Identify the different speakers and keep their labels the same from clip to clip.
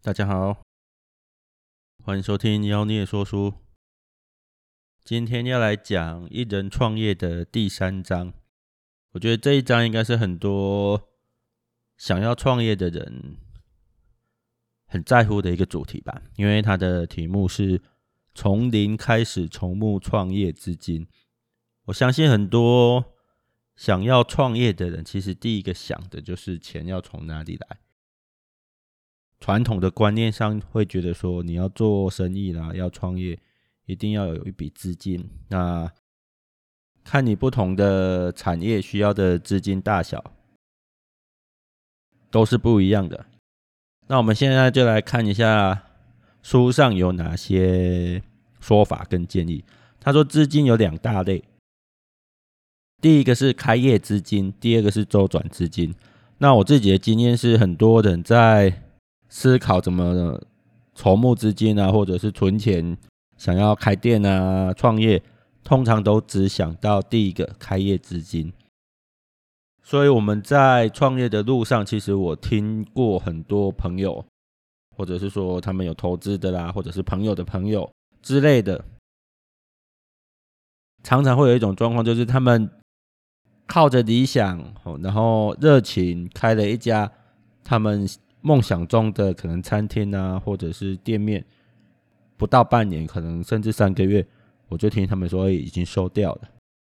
Speaker 1: 大家好，欢迎收听妖孽说书。今天要来讲一人创业的第3章。我觉得这一章应该是很多想要创业的人很在乎的一个主题吧，因为它的题目是从零开始筹募创业资金。我相信很多想要创业的人，其实第一个想的就是钱要从哪里来。传统的观念上会觉得说，你要做生意啦，要创业，一定要有一笔资金。那看你不同的产业需要的资金大小都是不一样的。那我们现在就来看一下书上有哪些说法跟建议。他说资金有2大类，第一个是开业资金，第二个是周转资金。那我自己的经验是，很多人在思考怎么筹募资金啊，或者是存钱，想要开店啊、创业，通常都只想到第一个开业资金。所以我们在创业的路上，其实我听过很多朋友，或者是说他们有投资的啦，或者是朋友的朋友之类的，常常会有一种状况，就是他们靠着理想，然后热情开了一家他们梦想中的可能餐厅啊，或者是店面，不到半年，可能甚至3个月，我就听他们说已经收掉了。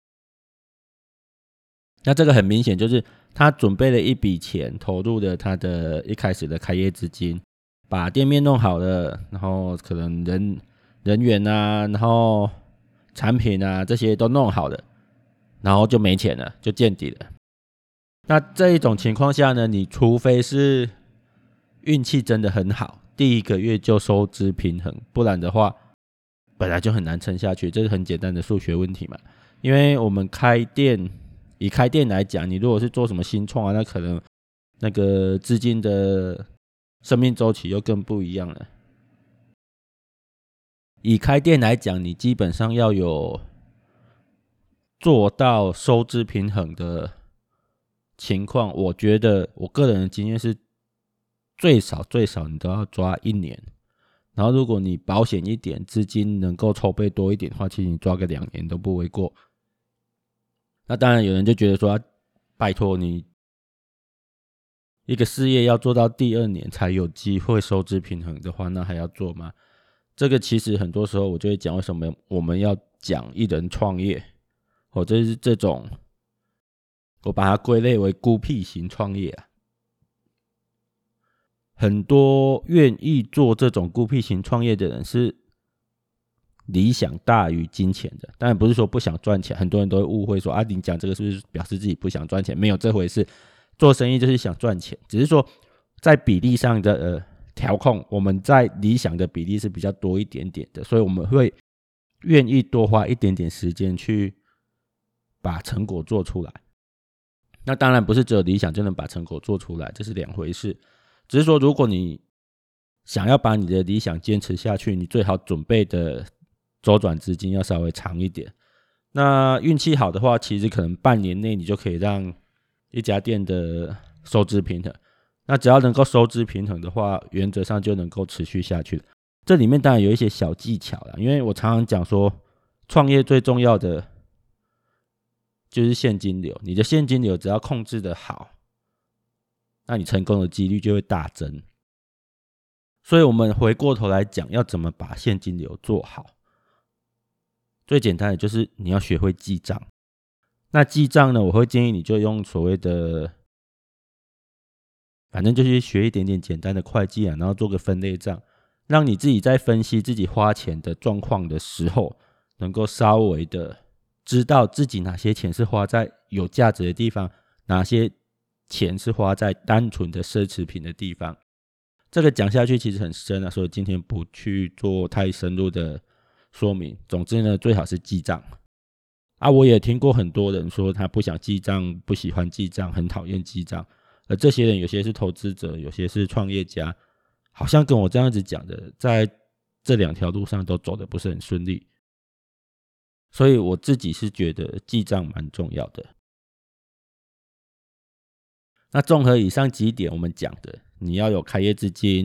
Speaker 1: 那这个很明显就是他准备了一笔钱，投入了他的一开始的开业资金，把店面弄好了，然后可能人员啊，然后产品啊这些都弄好了，然后就没钱了，就见底了。那这一种情况下呢，你除非是运气真的很好，第1个月就收支平衡，不然的话本来就很难撑下去，这是很简单的数学问题嘛。因为我们以开店来讲，你如果是做什么新创啊，那可能那个资金的生命周期又更不一样了。以开店来讲，你基本上要有做到收支平衡的情况，我觉得我个人的经验是最少你都要抓1年，然后如果你保险一点，资金能够筹备多一点的话，其实你抓个2年都不为过。那当然有人就觉得说，拜托你一个事业要做到第2年才有机会收支平衡的话，那还要做吗？这个其实很多时候我就会讲为什么我们要讲一人创业，就是这种我把它归类为孤僻型创业啊。很多愿意做这种孤僻型创业的人是理想大于金钱的，当然不是说不想赚钱，很多人都会误会说你讲这个是不是表示自己不想赚钱？没有这回事，做生意就是想赚钱，只是说在比例上的调控，我们在理想的比例是比较多一点点的，所以我们会愿意多花一点点时间去把成果做出来。那当然不是只有理想就能把成果做出来，这是2回事。只是说如果你想要把你的理想坚持下去，你最好准备的周转资金要稍微长一点。那运气好的话，其实可能半年内你就可以让一家店的收支平衡。那只要能够收支平衡的话，原则上就能够持续下去了。这里面当然有一些小技巧啦，因为我常常讲说，创业最重要的就是现金流，你的现金流只要控制得好，那你成功的几率就会大增。所以我们回过头来讲，要怎么把现金流做好。最简单的就是你要学会记账。那记账呢，我会建议你就用所谓的，反正就是学一点点简单的会计啊，然后做个分类账，让你自己在分析自己花钱的状况的时候，能够稍微的知道自己哪些钱是花在有价值的地方，哪些钱是花在单纯的奢侈品的地方。这个讲下去其实很深啊，所以今天不去做太深入的说明。总之呢，最好是记账啊。我也听过很多人说他不想记账，不喜欢记账，很讨厌记账。而这些人有些是投资者，有些是创业家，好像跟我这样子讲的，在这2条路上都走得不是很顺利。所以我自己是觉得记账蛮重要的。那综合以上几点我们讲的，你要有开业资金，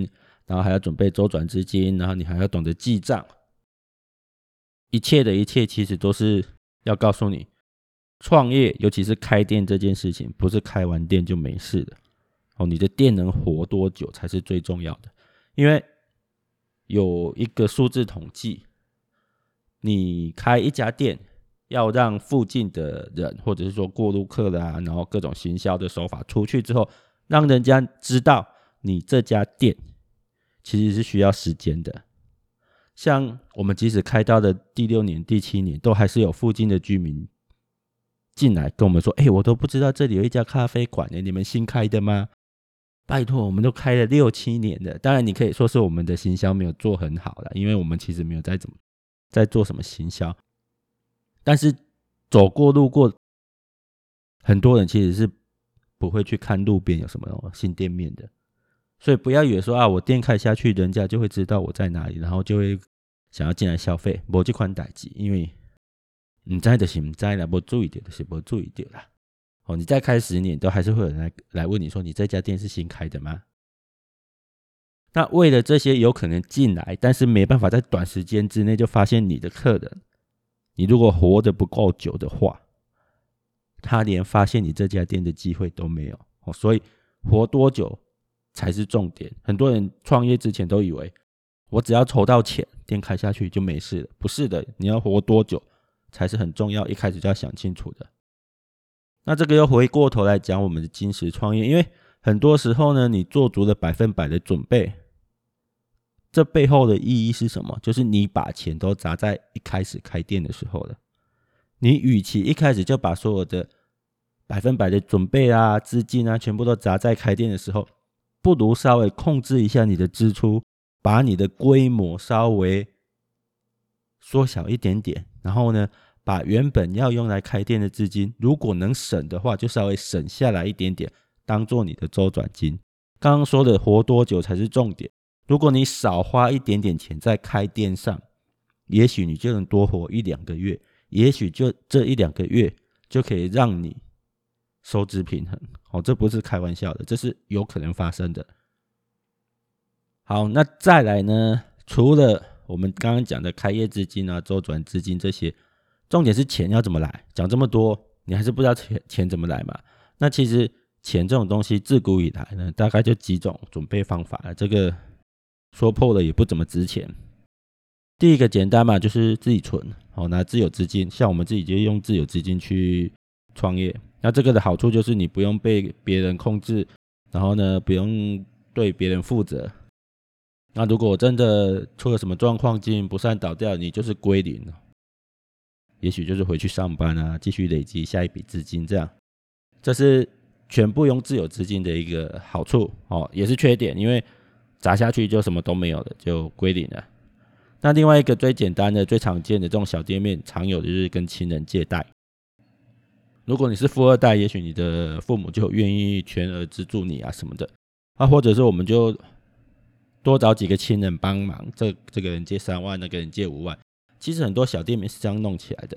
Speaker 1: 然后还要准备周转资金，然后你还要懂得记账，一切的一切其实都是要告诉你，创业尤其是开店这件事情，不是开完店就没事的你的店能活多久才是最重要的。因为有一个数字统计，你开一家店要让附近的人或者是说过路客然后各种行销的手法出去之后，让人家知道你这家店其实是需要时间的。像我们即使开到了第6年第7年，都还是有附近的居民进来跟我们说，我都不知道这里有一家咖啡馆你们新开的吗？拜托，我们都开了6、7年了。当然你可以说是我们的行销没有做很好啦，因为我们其实没有在做什么行销，但是走过路过，很多人其实是不会去看路边有什么新店面的。所以不要以为说我店开下去，人家就会知道我在哪里，然后就会想要进来消费，没这款代志。因为不知就是不知啦，没注意到就是没注意到啦。你再开10年，都还是会有人来问你说，你这家店是新开的吗？那为了这些有可能进来，但是没办法在短时间之内就发现你的客人，你如果活得不够久的话，他连发现你这家店的机会都没有。所以活多久才是重点。很多人创业之前都以为我只要筹到钱，店开下去就没事了。不是的，你要活多久才是很重要，一开始就要想清楚的。那这个又回过头来讲我们的精实创业，因为很多时候呢，你做足了100%的准备，这背后的意义是什么？就是你把钱都砸在一开始开店的时候了。你与其一开始就把所有的100%的准备资金全部都砸在开店的时候，不如稍微控制一下你的支出，把你的规模稍微缩小一点点，然后呢，把原本要用来开店的资金，如果能省的话，就稍微省下来一点点，当做你的周转金。刚刚说的活多久才是重点，如果你少花一点点钱在开店上，也许你就能多活1-2个月，也许就这1-2个月就可以让你收支平衡。这不是开玩笑的，这是有可能发生的。好，那再来呢，除了我们刚刚讲的开业资金周转资金这些，重点是钱要怎么来。讲这么多，你还是不知道钱怎么来嘛？那其实钱这种东西自古以来呢，大概就几种准备方法了，这个说破了也不怎么值钱。第一个简单嘛，就是自己存，拿自有资金，像我们自己就用自有资金去创业。那这个的好处就是你不用被别人控制，然后呢，不用对别人负责。那如果真的出了什么状况，经营不善倒掉，你就是归零，也许就是回去上班继续累积下一笔资金，这样。这是全部用自有资金的一个好处也是缺点，因为砸下去就什么都没有了，就归零了。那另外一个最简单的、最常见的这种小店面，常有的就是跟亲人借贷。如果你是富二代，也许你的父母就愿意全额资助你什么的，或者是我们就多找几个亲人帮忙，这个人借3万，那个人借5万。其实很多小店面是这样弄起来的。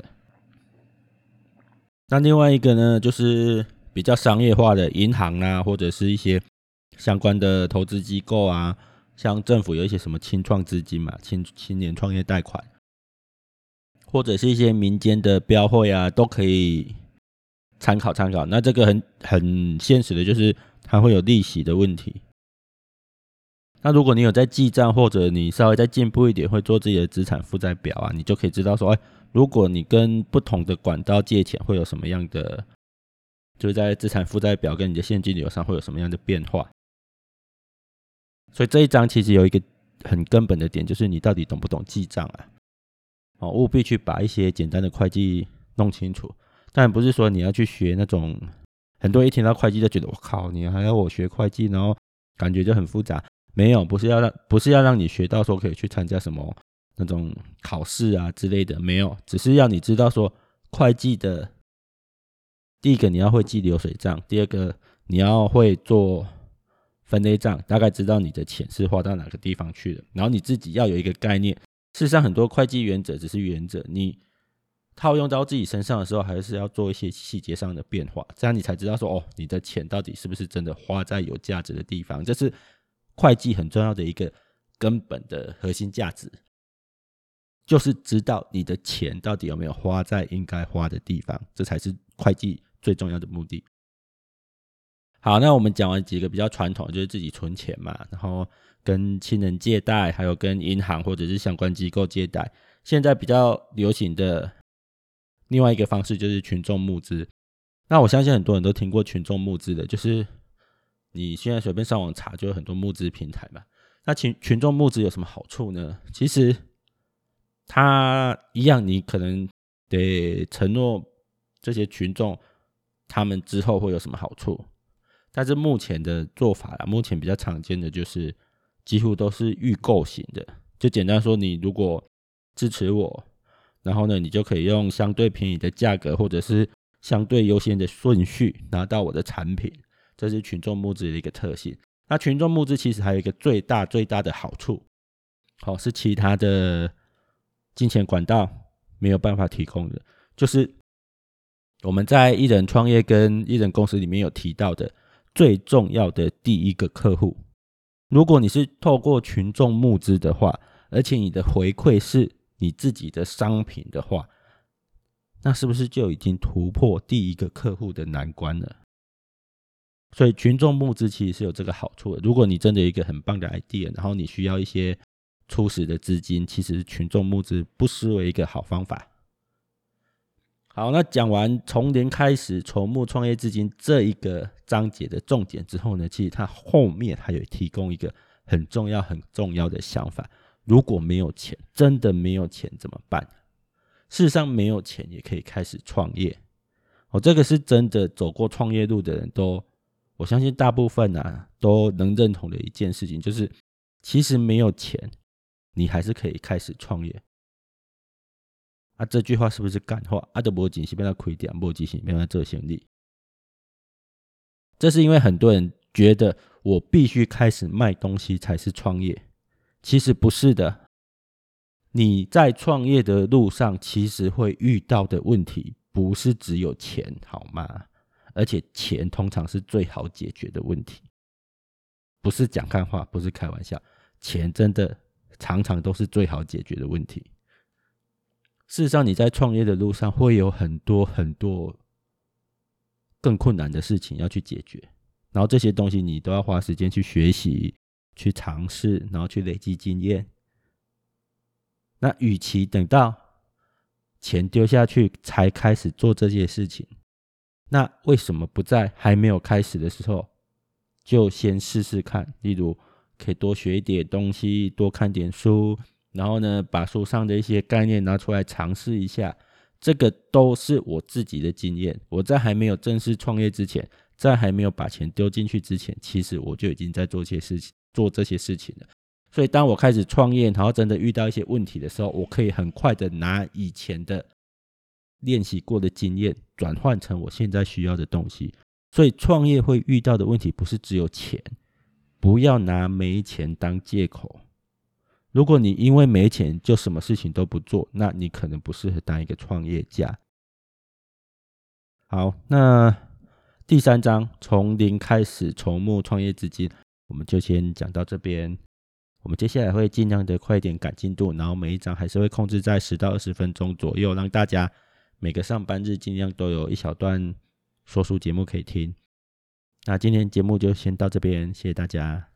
Speaker 1: 那另外一个呢，就是比较商业化的银行或者是一些相关的投资机构像政府有一些什么青创资金嘛，青年创业贷款，或者是一些民间的标会都可以参考。那这个很现实的就是它会有利息的问题。那如果你有在记账，或者你稍微再进步一点，会做自己的资产负债表你就可以知道说，如果你跟不同的管道借钱会有什么样的，就是在资产负债表跟你的现金流上会有什么样的变化。所以这一章其实有一个很根本的点，就是你到底懂不懂记账务必去把一些简单的会计弄清楚。当然不是说你要去学那种，很多人一听到会计就觉得我靠，你还要我学会计，然后感觉就很复杂。没有，不是要让你学到说可以去参加什么那种考试之类的，没有，只是要你知道说会计的第一个你要会记流水账，第二个你要会做分类账，大概知道你的钱是花到哪个地方去了，然后你自己要有一个概念。事实上很多会计原则只是原则，你套用到自己身上的时候，还是要做一些细节上的变化，这样你才知道说你的钱到底是不是真的花在有价值的地方。这是会计很重要的一个根本的核心价值，就是知道你的钱到底有没有花在应该花的地方，这才是会计最重要的目的。好，那我们讲完几个比较传统，就是自己存钱嘛，然后跟亲人借贷，还有跟银行或者是相关机构借贷。现在比较流行的另外一个方式就是群众募资。那我相信很多人都听过群众募资的，就是你现在随便上网查就有很多募资平台嘛。那群众募资有什么好处呢？其实它一样，你可能得承诺这些群众他们之后会有什么好处。但是目前的做法目前比较常见的就是几乎都是预购型的，就简单说，你如果支持我，然后呢，你就可以用相对便宜的价格或者是相对优先的顺序拿到我的产品，这是群众募资的一个特性。那群众募资其实还有一个最大的好处，是其他的金钱管道没有办法提供的，就是我们在艺人创业跟艺人公司里面有提到的最重要的第一个客户。如果你是透过群众募资的话，而且你的回馈是你自己的商品的话，那是不是就已经突破第一个客户的难关了？所以群众募资其实是有这个好处的。如果你真的有一个很棒的 idea， 然后你需要一些初始的资金，其实群众募资不失为一个好方法。好，那讲完从零开始筹募创业资金这一个章节的重点之后呢，其实它后面还有提供一个很重要的想法。如果没有钱，真的没有钱怎么办？事实上没有钱也可以开始创业。这个是真的走过创业路的人我相信大部分都能认同的一件事情，就是其实没有钱你还是可以开始创业。这句话是不是干话？就没钱是要开店，没钱是要做生意。这是因为很多人觉得我必须开始卖东西才是创业，其实不是的。你在创业的路上其实会遇到的问题不是只有钱，好吗？而且钱通常是最好解决的问题，不是讲干话，不是开玩笑，钱真的常常都是最好解决的问题。事实上你在创业的路上会有很多更困难的事情要去解决，然后这些东西你都要花时间去学习，去尝试，然后去累积经验。那与其等到钱丢下去才开始做这些事情，那为什么不在还没有开始的时候就先试试看？例如可以多学一点东西，多看点书，然后呢把书上的一些概念拿出来尝试一下。这个都是我自己的经验，我在还没有正式创业之前，在还没有把钱丢进去之前，其实我就已经在做这些事情了。所以当我开始创业，然后真的遇到一些问题的时候，我可以很快的拿以前的练习过的经验转换成我现在需要的东西。所以创业会遇到的问题不是只有钱，不要拿没钱当借口。如果你因为没钱就什么事情都不做，那你可能不适合当一个创业家。好，那第3章从零开始筹募创业资金，我们就先讲到这边。我们接下来会尽量的快一点赶进度，然后每一章还是会控制在10到20分钟左右，让大家每个上班日尽量都有一小段说书节目可以听。那今天节目就先到这边，谢谢大家。